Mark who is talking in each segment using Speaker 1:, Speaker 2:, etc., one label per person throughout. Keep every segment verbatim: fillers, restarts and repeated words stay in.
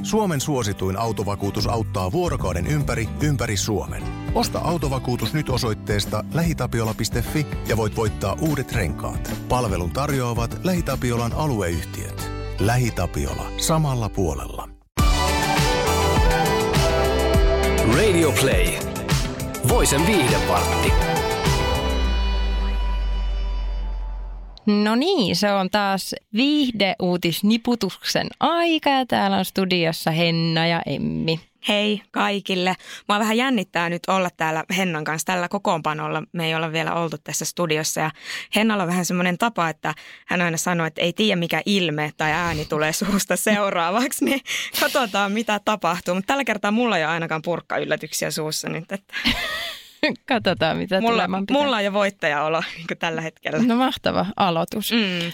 Speaker 1: Suomen suosituin autovakuutus auttaa vuorokauden ympäri, ympäri Suomen. Osta autovakuutus nyt osoitteesta lähitapiola piste fi ja voit voittaa uudet renkaat. Palvelun tarjoavat LähiTapiolan alueyhtiöt. LähiTapiola. Samalla puolella.
Speaker 2: Radio Play. Voisen viihdevartti.
Speaker 3: No niin, se on taas viihdeuutisniputuksen aika ja täällä on studiossa Henna ja Emmi.
Speaker 4: Hei kaikille. Mua vähän jännittää nyt olla täällä Hennan kanssa tällä kokoonpanolla. Me ei olla vielä oltu tässä studiossa ja Hennalla on vähän semmoinen tapa, että hän aina sanoo, että ei tiedä mikä ilme tai ääni tulee suusta seuraavaksi, niin katsotaan mitä tapahtuu. Mutta tällä kertaa mulla ei ole ainakaan purkka-yllätyksiä suussa nyt, että...
Speaker 3: Katsotaan, mitä
Speaker 4: mulla,
Speaker 3: tulemaan pitää.
Speaker 4: Mulla on jo voittajaolo niin tällä hetkellä.
Speaker 3: No mahtava aloitus. Mm.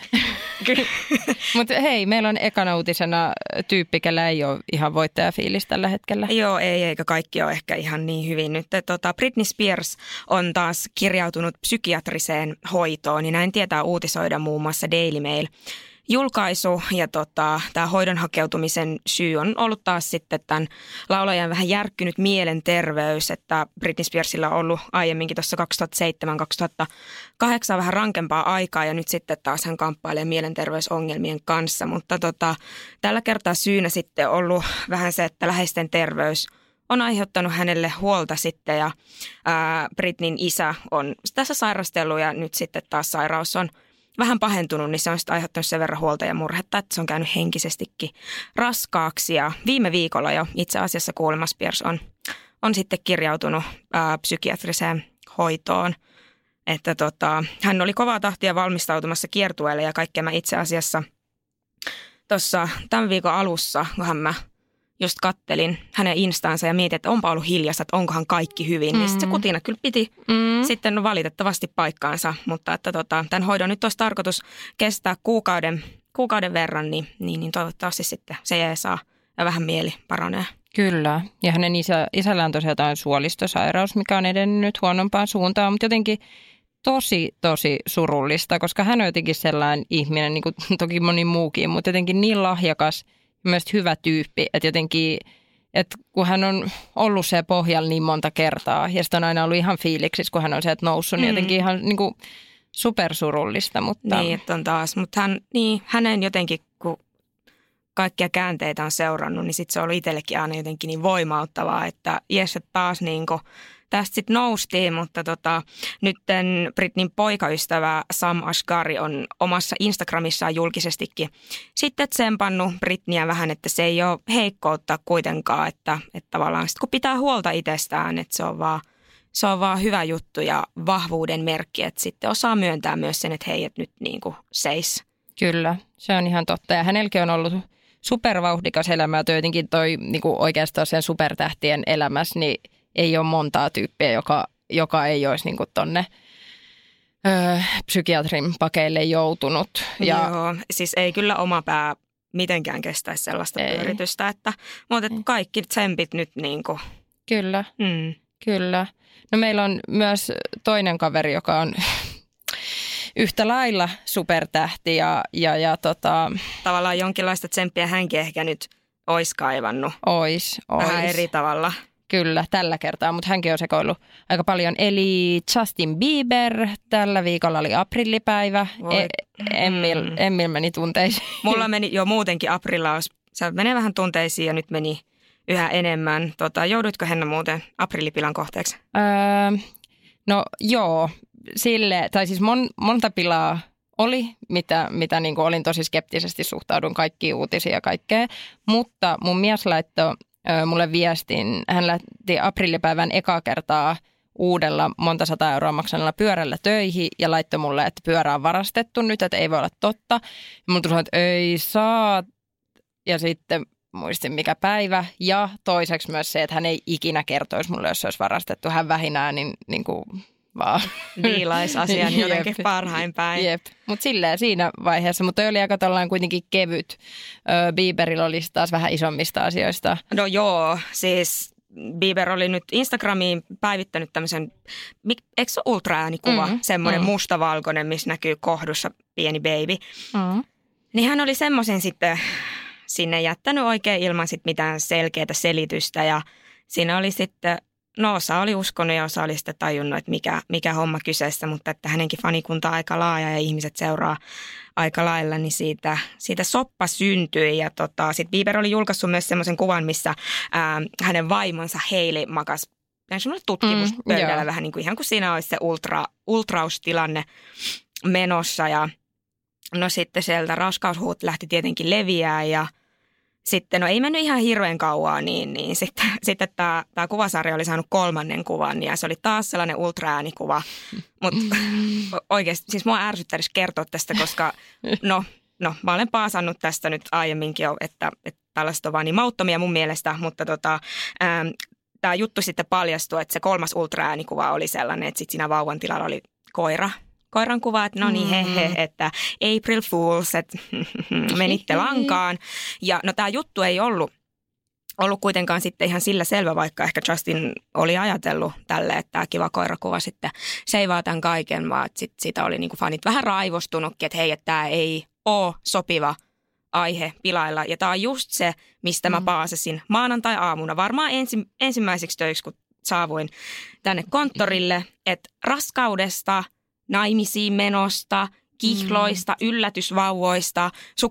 Speaker 3: Mutta hei, meillä on ekana uutisena tyyppi, kellä ei ole ihan voittajafiilis tällä hetkellä.
Speaker 4: Joo, ei, eikä kaikki ole ehkä ihan niin hyvin nyt. Tota, Britney Spears on taas kirjautunut psykiatriseen hoitoon, niin näin tietää uutisoida muun muassa Daily Mail. Julkaisu ja tota, tämä hoidon hakeutumisen syy on ollut taas sitten tämän laulajan vähän järkkynyt mielenterveys, että Britney Spearsilla on ollut aiemminkin tuossa kaksituhattaseitsemän kaksituhattakahdeksan vähän rankempaa aikaa ja nyt sitten taas hän kamppailee mielenterveysongelmien kanssa, mutta tota, tällä kertaa syynä sitten ollut vähän se, että läheisten terveys on aiheuttanut hänelle huolta sitten ja ää, Britneyn isä on tässä sairastellut ja nyt sitten taas sairaus on vähän pahentunut, niin se on sitten aiheuttanut sen verran huolta ja murhetta, että se on käynyt henkisestikin raskaaksi. Ja viime viikolla jo itse asiassa kuulemma Spears on, on sitten kirjautunut ää, psykiatriseen hoitoon. Että tota, hän oli kovaa tahtia valmistautumassa kiertueelle ja kaikkea mä itse asiassa tuossa tämän viikon alussa, kunhan mä just kattelin hänen instaansa ja mietin, että onpa ollut hiljasta, että onkohan kaikki hyvin. Mm. Niin sitten se kutina kyllä piti mm. sitten no valitettavasti paikkaansa, mutta että tota, tämän hoidon nyt olisi tarkoitus kestää kuukauden, kuukauden verran, niin, niin, niin toivottavasti sitten se jää saa ja vähän mieli paranee.
Speaker 3: Kyllä, ja hänen isä, isällä on tosiaan jotain suolistosairaus, mikä on edennyt huonompaan suuntaan, mutta jotenkin tosi, tosi surullista, koska hän on jotenkin sellainen ihminen, niin kuin toki moni muukin, mutta jotenkin niin lahjakas, myös hyvä tyyppi, että jotenkin, että kun hän on ollut se pohjalla niin monta kertaa ja sitten on aina ollut ihan fiiliksissä, kun hän on sieltä noussut, niin mm. jotenkin ihan niin kuin supersurullista. Mutta...
Speaker 4: Niin, että on taas, mutta hän, niin, hänen jotenkin, kun kaikkia käänteitä on seurannut, niin sitten se on ollut itsellekin aina jotenkin niin voimauttavaa, että jes, että taas niin kuin tästä sitten noustiin, mutta tota, nytten Britneyn poikaystävä Sam Asghari on omassa Instagramissaan julkisestikin sitten tsempannut Britneyä vähän, että se ei ole heikkoutta kuitenkaan, että, että tavallaan sit kun pitää huolta itsestään, että se on vaan, se on vaan hyvä juttu ja vahvuuden merkki, että sitten osaa myöntää myös sen, että hei, että nyt niin kuin seis.
Speaker 3: Kyllä, se on ihan totta ja hänelläkin on ollut supervauhdikas elämä ja jotenkin toi niin kuin oikeastaan sen supertähtien elämässä, niin ei ole montaa tyyppiä, joka, joka ei olisi niin kuin tonne öö, psykiatrin pakeille joutunut.
Speaker 4: Ja joo, siis ei kyllä oma pää mitenkään kestäisi sellaista ei. pyöritystä, että, mutta että kaikki tsempit nyt niin kuin.
Speaker 3: Kyllä,
Speaker 4: mm.
Speaker 3: kyllä. No meillä on myös toinen kaveri, joka on yhtä lailla supertähti ja, ja, ja tota...
Speaker 4: tavallaan jonkinlaista tsemppiä hänkin ehkä nyt olisi kaivannut.
Speaker 3: Ois, ois.
Speaker 4: Vähän eri tavalla.
Speaker 3: Kyllä, tällä kertaa, mutta hänkin on sekoillut aika paljon. Eli Justin Bieber, tällä viikolla oli aprillipäivä. E- Emmil, mm. Emmil meni tunteisiin.
Speaker 4: Mulla meni jo muutenkin aprillaus. Se menee vähän tunteisiin ja nyt meni yhä enemmän. Tota, joudutko Henna muuten aprillipilan kohteeksi?
Speaker 3: Öö, no joo, sille, tai siis mon, monta pilaa oli, mitä, mitä niin kuin olin tosi skeptisesti suhtaudun kaikkiin uutisiin ja kaikkea. Mutta mun mies laittoi mulle viestin. Hän lähti aprillipäivän ekaa kertaa uudella monta sata euroa maksanella pyörällä töihin ja laittoi mulle, että pyörä on varastettu nyt, että ei voi olla totta. Ja mulla tuli, että ei saa. Ja sitten muistin mikä päivä. Ja toiseksi myös se, että hän ei ikinä kertoisi mulle, jos se olisi varastettu. Hän vähinään niin, niin kuin vaan
Speaker 4: diilaisasian jotenkin parhain päin.
Speaker 3: Jep, mutta silleen siinä vaiheessa. Mutta toi oli aika tällainen kuitenkin kevyt. Öö, Bieberillä oli taas vähän isommista asioista.
Speaker 4: No joo, siis Bieber oli nyt Instagramiin päivittänyt tämmöisen, eikö se ole ultraäänikuva, mm, semmoinen mm. mustavalkoinen, missä näkyy kohdussa pieni baby. Mm. Niin hän oli semmoisen sitten sinne jättänyt oikein ilman sit mitään selkeää selitystä ja siinä oli sitten, no osa oli uskonut ja osa oli sitten tajunnut, että mikä, mikä homma kyseessä, mutta että hänenkin fanikunta on aika laaja ja ihmiset seuraa aika lailla, niin siitä, siitä soppa syntyi. Ja tota, sitten Bieber oli julkaissut myös semmoisen kuvan, missä ää, hänen vaimonsa Hailey makasi semmoinen tutkimuspöydällä mm, vähän niin kuin ihan kuin siinä olisi se ultra, ultraustilanne menossa ja no sitten sieltä raskaushuut lähti tietenkin leviää ja sitten, no ei mennyt ihan hirveän kauaa, niin, niin sitten, sitten tämä, tämä kuvasarja oli saanut kolmannen kuvan ja se oli taas sellainen ultraäänikuva. Mutta oikeasti, siis mua ärsyttäisi kertoa tästä, koska no, no mä olen paasannut tästä nyt aiemminkin jo, että, että tällaiset on vaan niin mauttomia mun mielestä, mutta tota, ähm, tämä juttu sitten paljastui, että se kolmas ultraäänikuva oli sellainen, että sitten siinä vauvan tilalla oli koira. Koiran kuva, että no niin he he, että April Fools, että menitte lankaan. Ja no tämä juttu ei ollut, ollut kuitenkaan sitten ihan sillä selvä, vaikka ehkä Justin oli ajatellut tälle, että tämä kiva koirakuva sitten seivaa tämän kaiken, vaan sitten siitä oli niinku fanit vähän raivostunutkin, että hei, että tämä ei ole sopiva aihe pilailla. Ja tämä on just se, mistä mä paasasin maanantai-aamuna, varmaan ensi, ensimmäiseksi töiksi, kun saavuin tänne konttorille, että raskaudesta, naimisiin menosta, kihloista, mm. yllätysvauvoista,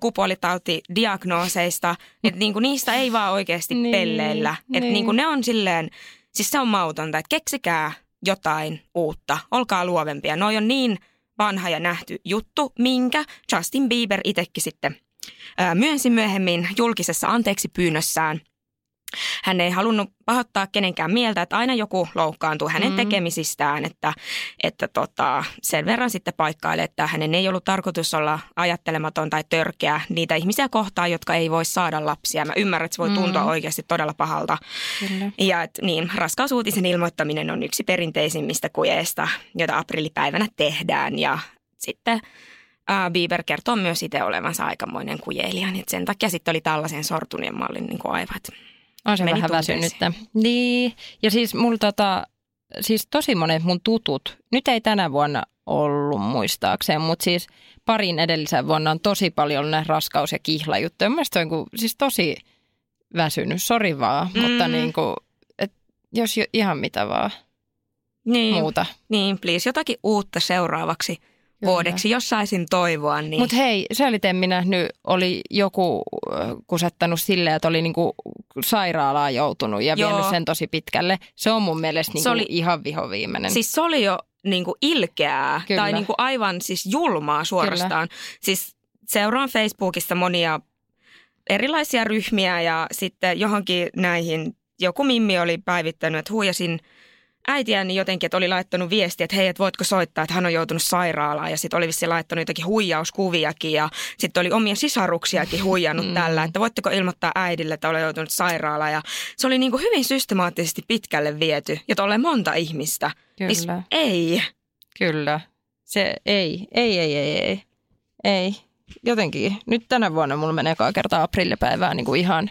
Speaker 4: sukupuolitautidiagnooseista, että niinku niistä ei vaan oikeasti niin, pelleillä. Että niin. niinku ne on silleen, siis se on mautonta, että keksikää jotain uutta, olkaa luovempia. Noi on niin vanha ja nähty juttu, minkä Justin Bieber itsekin sitten ää, myönsi myöhemmin julkisessa anteeksi pyynnössään. Hän ei halunnut pahoittaa kenenkään mieltä, että aina joku loukkaantuu hänen tekemisistään, että, että tota, sen verran sitten paikkailee, että hänen ei ollut tarkoitus olla ajattelematon tai törkeä niitä ihmisiä kohtaan, jotka ei voi saada lapsia. Mä ymmärrän, että se voi tuntua mm. oikeasti todella pahalta. Kyllä. Ja että niin, raskausuutisen ilmoittaminen on yksi perinteisimmistä kujeista, joita aprillipäivänä tehdään ja sitten Uh, Bieber kertoo myös itse olevansa aikamoinen kujeilija, niin sen takia sitten oli tällaisen sortuneen mallin niin kuin aivan.
Speaker 3: On se vähän väsynyttä. Niin, ja siis mulla tota, siis tosi monet mun tutut, nyt ei tänä vuonna ollut muistaakseen, mutta siis parin edellisen vuonna on tosi paljon ne raskaus- ja kihlajuttuja. Mielestäni se on siis tosi väsynyt, sori vaan, mm. mutta niin kuin, et jos jo, ihan mitä vaan
Speaker 4: niin,
Speaker 3: muuta.
Speaker 4: Niin, please, jotakin uutta seuraavaksi. Kyllä. Vuodeksi, jos saisin toivoa. Niin.
Speaker 3: Mutta hei, sä olit en minä nyt, oli joku kusettanut silleen, että oli niinku sairaalaan joutunut ja Joo. vienyt sen tosi pitkälle. Se on mun mielestä niinku oli, ihan vihoviimeinen.
Speaker 4: Siis se oli jo niinku ilkeää Kyllä. tai niinku aivan siis julmaa suorastaan. Kyllä. Siis seuraan Facebookissa monia erilaisia ryhmiä ja sitten johonkin näihin, joku Mimmi oli päivittänyt, että huijasin äitiäni jotenkin, että oli laittanut viestiä, että hei, että voitko soittaa, että hän on joutunut sairaalaan. Ja sitten oli vissiin laittanut jotakin huijauskuviakin ja sitten oli omia sisaruksiakin huijannut mm. tällä, että voitteko ilmoittaa äidille, että olen joutunut sairaalaan. Ja se oli niin kuin hyvin systemaattisesti pitkälle viety ja tolleen monta ihmistä.
Speaker 3: Kyllä.
Speaker 4: Is, ei.
Speaker 3: Kyllä. Se ei, ei, ei, ei, ei. Ei. Jotenkin. Nyt tänä vuonna mulla menee ekaa kertaa aprillipäivää niin kuin ihan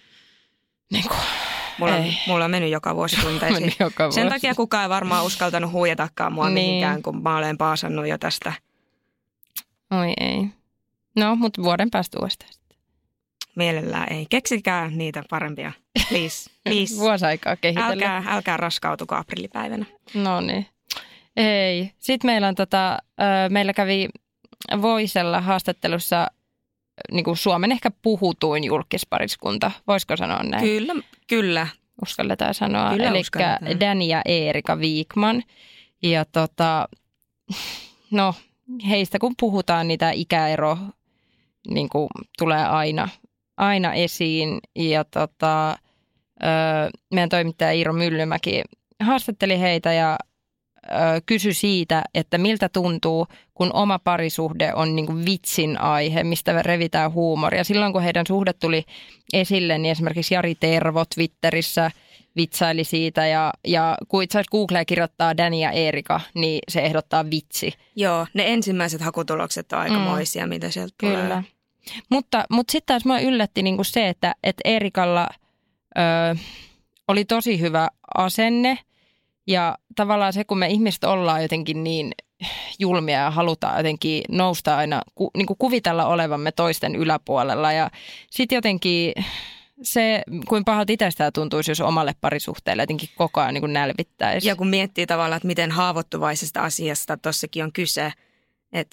Speaker 3: niin kuin...
Speaker 4: Mulla, mulla on mennyt joka vuosi tunteisiin.
Speaker 3: joka vuosi.
Speaker 4: Sen takia kukaan ei varmaan uskaltanut huijatakaan mua niin. mihinkään, kun mä olen paasannut jo tästä.
Speaker 3: Oi ei. No, mutta vuoden päästä uudestaan.
Speaker 4: Mielellään ei. Keksikää niitä parempia. Please, please.
Speaker 3: Vuosi aikaa kehitellä.
Speaker 4: Älkää, älkää raskautuko aprillipäivänä.
Speaker 3: No niin. Ei. Sitten meillä on tota, meillä kävi Voicella haastattelussa niin kuin Suomen ehkä puhutuin julkispariskunta. Voisiko sanoa näin?
Speaker 4: Kyllä, kyllä.
Speaker 3: Uskalletaan sanoa.
Speaker 4: Kyllä
Speaker 3: Eli
Speaker 4: uskalletaan.
Speaker 3: Dani ja Eerika Wikman. Ja tota, no heistä kun puhutaan, niitä ikäero niin kuin tulee aina, aina esiin. Ja tota, meidän toimittaja Iiro Myllymäki haastatteli heitä ja kysy siitä, että miltä tuntuu, kun oma parisuhde on niin kuin vitsin aihe, mistä revitään huumoria. Silloin, kun heidän suhde tuli esille, niin esimerkiksi Jari Tervo Twitterissä vitsaili siitä. Ja, ja kun itse asiassa Google kirjoittaa Dani ja Eerika, niin se ehdottaa vitsi.
Speaker 4: Joo, ne ensimmäiset hakutulokset on aikamoisia, mm. mitä sieltä tulee.
Speaker 3: Kyllä. Mutta, mutta sitten taas minua yllätti niin kuin se, että, että Eerikalla ö, oli tosi hyvä asenne. Ja tavallaan se, kun me ihmiset ollaan jotenkin niin julmia ja halutaan jotenkin nousta aina, ku, niin kuin kuvitella olevamme toisten yläpuolella. Ja sitten jotenkin se, kuin pahalta itsestään tuntuisi, jos omalle parisuhteelle jotenkin koko ajan niin kuin nälvittäisi.
Speaker 4: Ja kun miettii tavallaan, että miten haavoittuvaisesta asiasta tossakin on kyse, että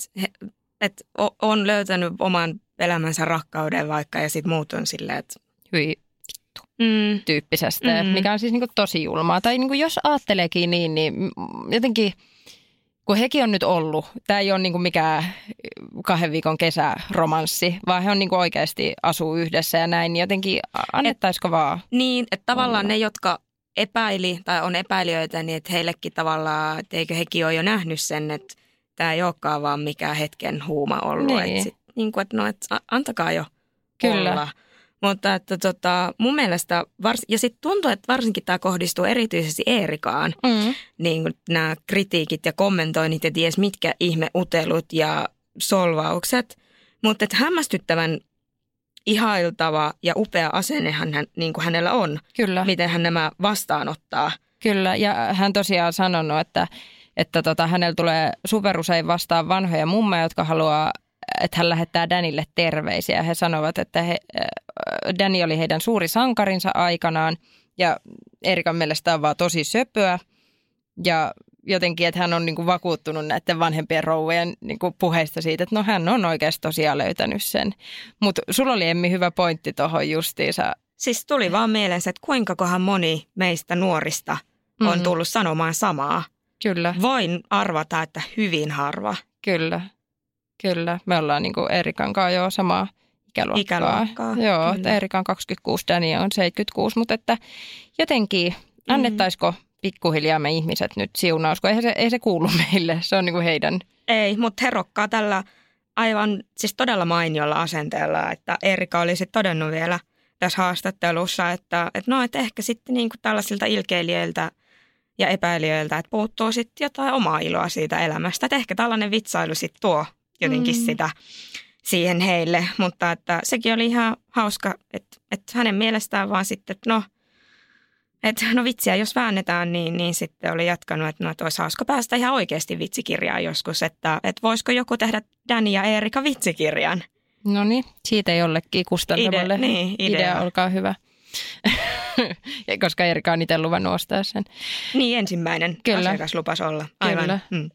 Speaker 4: et on löytänyt oman elämänsä rakkauden vaikka ja sitten muut on silleen, että
Speaker 3: hyi vittu
Speaker 4: mm.
Speaker 3: tyyppisestä,
Speaker 4: Mm-hmm.
Speaker 3: mikä on siis niin kuin tosi julmaa. Tai niin kuin jos ajatteleekin niin, niin jotenkin, kun hekin on nyt ollut, tämä ei ole niin kuin mikään kahden viikon kesäromanssi, vaan he on niin kuin oikeasti asuu yhdessä ja näin, niin jotenkin annettaisiko vaan?
Speaker 4: Niin, että tavallaan
Speaker 3: olla.
Speaker 4: Ne, jotka epäili tai on epäilijöitä, niin että heillekin tavallaan, että eikö hekin ole jo nähnyt sen, että tämä ei olekaan vaan mikään hetken huuma ollut.
Speaker 3: Niin.
Speaker 4: Että sit, niin kuin, että no, että antakaa jo
Speaker 3: Kyllä.
Speaker 4: olla. Mutta että tota, mun mielestä, vars, ja sitten tuntuu, että varsinkin tämä kohdistuu erityisesti Eerikaan,
Speaker 3: Mm.
Speaker 4: niin kuin nämä kritiikit ja kommentoinnit ja ties mitkä ihmeutelut ja solvaukset. Mutta että hämmästyttävän ihailtava ja upea asennehan hän, niin kuin hänellä on,
Speaker 3: Kyllä.
Speaker 4: miten hän nämä vastaanottaa.
Speaker 3: Kyllä, ja hän tosiaan sanonut, että, että tota, hänellä tulee superusein vastaan vanhoja mummeja, jotka haluaa, että hän lähettää Danille terveisiä. He sanovat, että he, Danny oli heidän suuri sankarinsa aikanaan, ja Eerikan mielestä on vaan tosi söpöä, ja jotenkin, että hän on niin kuin vakuuttunut näiden vanhempien rouvien niin kuin puheista siitä, että no hän on oikeasti tosiaan löytänyt sen. Mutta sulla oli, Emmi, hyvä pointti tuohon justiinsa.
Speaker 4: Siis tuli vaan mieleen se, että kuinkakohan moni meistä nuorista on
Speaker 3: Mm-hmm.
Speaker 4: tullut sanomaan samaa.
Speaker 3: Kyllä,
Speaker 4: Voin arvata, että hyvin harva
Speaker 3: kyllä, kyllä. Me ollaan niin kuin Eerikan kanssa jo samaa ikäluokkaa.
Speaker 4: ikäluokkaa.
Speaker 3: Joo,
Speaker 4: Kyllä.
Speaker 3: Eerikan kaksikymmentäkuusi, Danny on seitsemänkymmentäkuusi, mutta että jotenkin annettaisiko pikkuhiljaa me ihmiset nyt siunaus, kun eihän se, ei se kuulu meille, se on niin kuin heidän.
Speaker 4: Ei, mutta he rokkaa tällä aivan siis todella mainiolla asenteella, että Eerika oli sitten todennut vielä tässä haastattelussa, että, että no, että ehkä sitten niin kuin tällaisilta ilkeilijöiltä ja epäilijöiltä, että puuttuu sitten jotain omaa iloa siitä elämästä. Että ehkä tällainen vitsailu sitten tuo jotenkin mm. sitä siihen heille, mutta että sekin oli ihan hauska, että, että hänen mielestään vaan sitten, että no, että no vitsiä jos väännetään, niin, niin sitten oli jatkanut, että no, että olisi hauska päästä ihan oikeasti vitsikirjaan joskus, että, että voisiko joku tehdä Danny ja Eerika vitsikirjan.
Speaker 3: No niin, siitä jollekin kustantamalle
Speaker 4: Ide, niin, idea.
Speaker 3: idea, olkaa hyvä. Koska Eerika on itse luvannut ostaa sen.
Speaker 4: Niin, ensimmäinen
Speaker 3: Kyllä.
Speaker 4: asiakas lupasi olla. Aivan.
Speaker 3: Kyllä.
Speaker 4: Mm.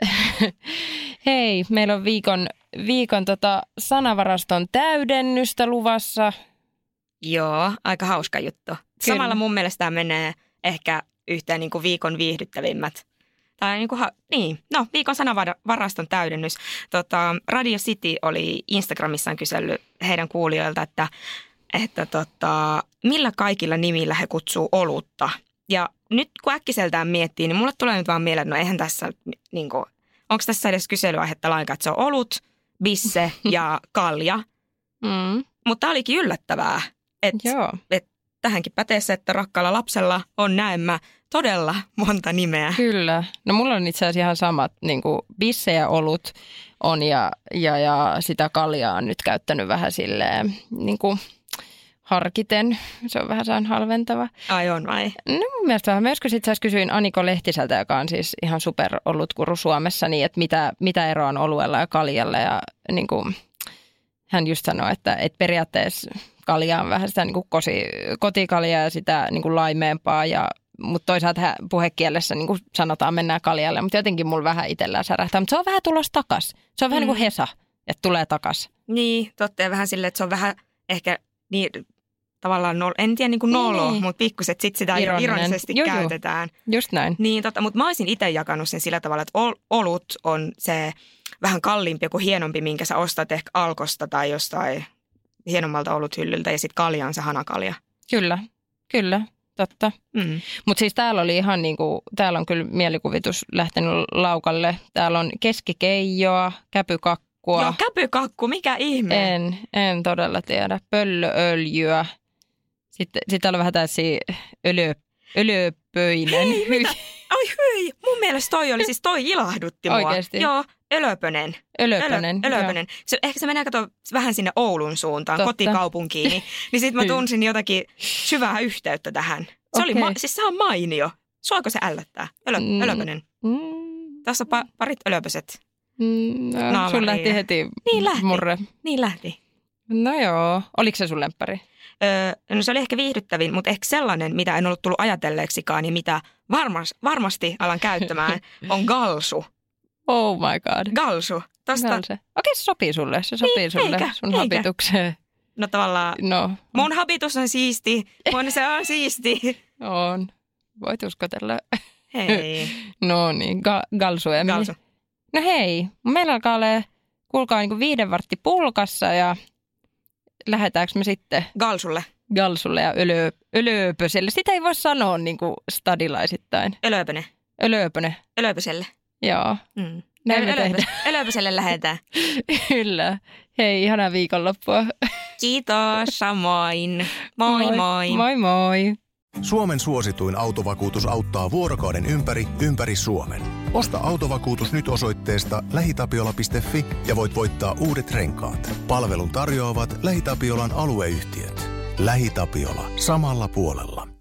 Speaker 3: Hei, meillä on viikon, viikon tota sanavaraston täydennystä luvassa.
Speaker 4: Joo, aika hauska juttu. Samalla mun mielestä tämä menee ehkä yhteen niin kuin viikon viihdyttävimmät. Tai niin, kuin, ha- niin, no viikon sanavaraston täydennys. Tota, Radio City oli Instagramissaan kysellyt heidän kuulijoilta, että, että tota, millä kaikilla nimillä he kutsuu olutta. Ja nyt kun äkkiseltään miettii, niin mulle tulee nyt vaan mieleen, että no eihän tässä, niin kuin, onko tässä edes kyselyaihetta lainkaan, että se on olut, bisse ja kalja.
Speaker 3: Mm.
Speaker 4: Mutta tämä olikin yllättävää, että
Speaker 3: Joo.
Speaker 4: et tähänkin pätee se, että rakkaalla lapsella on näemmä todella monta nimeä.
Speaker 3: Kyllä. No mulla on itse asiassa ihan samat, niin kuin bisse ja olut on ja, ja, ja sitä kaljaa on nyt käyttänyt vähän silleen niin kuin harkiten. Se on vähän saan halventava.
Speaker 4: Ai on vai?
Speaker 3: No mun mielestä vähän. Mä joskus itse asiassa kysyin Aniko Lehtiseltä, joka on siis ihan super olutkuru Suomessa, niin että mitä, mitä eroa on oluella ja kaljalla. Ja niin kuin, hän just sanoi, että, että periaatteessa kalja on vähän sitä niin kuin kosi, kotikaljaa ja sitä niin kuin laimeempaa ja mutta toisaalta puhekielessä niin kuin sanotaan mennään kaljalle, mutta jotenkin mulla vähän itsellään särähtää. Mutta se on vähän tulossa takas. Se on vähän mm. niin kuin Hesa, että tulee takas.
Speaker 4: Niin, totta ja vähän silleen, että se on vähän ehkä niin tavallaan, nol, en tiedä niin kuin nolo, niin. Mutta pikkuset sitten sitä Ironinen. ironisesti Juju. käytetään.
Speaker 3: Just näin.
Speaker 4: Niin, totta, mutta mä olisin itse jakanut sen sillä tavalla, että olut on se vähän kalliimpi, joku hienompi, minkä sä ostat ehkä Alkosta tai jostain hienommalta oluthyllyltä ja sitten kalja on se hanakalja.
Speaker 3: Kyllä, kyllä. Totta.
Speaker 4: Mm.
Speaker 3: Mutta siis täällä oli ihan niin kuin, täällä on kyllä mielikuvitus lähtenyt laukalle. Täällä on keskikeijoa, käpykakkua.
Speaker 4: Joo, käpykakku, mikä ihme?
Speaker 3: En, en todella tiedä. Pöllööljyä. Sitten, sitten täällä on vähän tällaisia öljö, öljöpöinen.
Speaker 4: Hei, mitä? Ai hyi, mun mielestä toi oli, siis toi ilahdutti mua.
Speaker 3: Oikeesti?
Speaker 4: Joo, Ölöpönen.
Speaker 3: Ölöpönen.
Speaker 4: Ölö, Ölöpönen. Se, ehkä se menee kato vähän sinne Oulun suuntaan,
Speaker 3: Totta.
Speaker 4: kotikaupunkiin. Niin, niin sitten mä tunsin jotakin syvää yhteyttä tähän. Se,
Speaker 3: Okei.
Speaker 4: oli, ma- siis se on mainio. Suoko se ällöttää? Ölö,
Speaker 3: Mm.
Speaker 4: Ölöpönen.
Speaker 3: Mm,
Speaker 4: Tässä on pa- parit ölöpöset.
Speaker 3: Mm, no, sun lähti heti
Speaker 4: niin lähti.
Speaker 3: murre.
Speaker 4: Niin lähti.
Speaker 3: No joo. Oliko se sun lemppari?
Speaker 4: Öö, no se oli ehkä viihdyttävin, mutta ehkä sellainen, mitä en ollut tullut ajatelleeksikaan ja mitä varmas, varmasti alan käyttämään, on galsu.
Speaker 3: Oh my god.
Speaker 4: Galsu. Tosta...
Speaker 3: Galse. Okei, se sopii sulle. Se sopii
Speaker 4: niin,
Speaker 3: sulle
Speaker 4: eikä,
Speaker 3: sun
Speaker 4: eikä.
Speaker 3: habitukseen.
Speaker 4: No tavallaan
Speaker 3: No.
Speaker 4: mun habitus on siisti, mun se on siisti.
Speaker 3: On. Voit uskotella.
Speaker 4: Hei.
Speaker 3: No niin, ga- galsu. Emmi.
Speaker 4: Galsu.
Speaker 3: No hei, meillä alkaa olla, kuulkaa niin kuin viiden vartti pulkassa ja lähdetäänkö me sitten
Speaker 4: Galsulle.
Speaker 3: galsulle ja ylö, ylöpöselle. Sitä ei voi sanoa niin kuin stadilaisittain.
Speaker 4: Ölöpöne.
Speaker 3: Ölöpöne.
Speaker 4: Ölöpöselle.
Speaker 3: Joo.
Speaker 4: Mm.
Speaker 3: Näin me
Speaker 4: Ölöpös-
Speaker 3: tehdään.
Speaker 4: Ölöpöselle lähdetään.
Speaker 3: Kyllä. Hei, ihanaa viikonloppua.
Speaker 4: Kiitos, samoin. Moi moi. moi.
Speaker 3: Moi moi.
Speaker 1: Suomen suosituin autovakuutus auttaa vuorokauden ympäri, ympäri Suomen. Osta autovakuutus nyt osoitteesta lähitapiola piste fi ja voit voittaa uudet renkaat. Palvelun tarjoavat LähiTapiolan alueyhtiöt. LähiTapiola. Samalla puolella.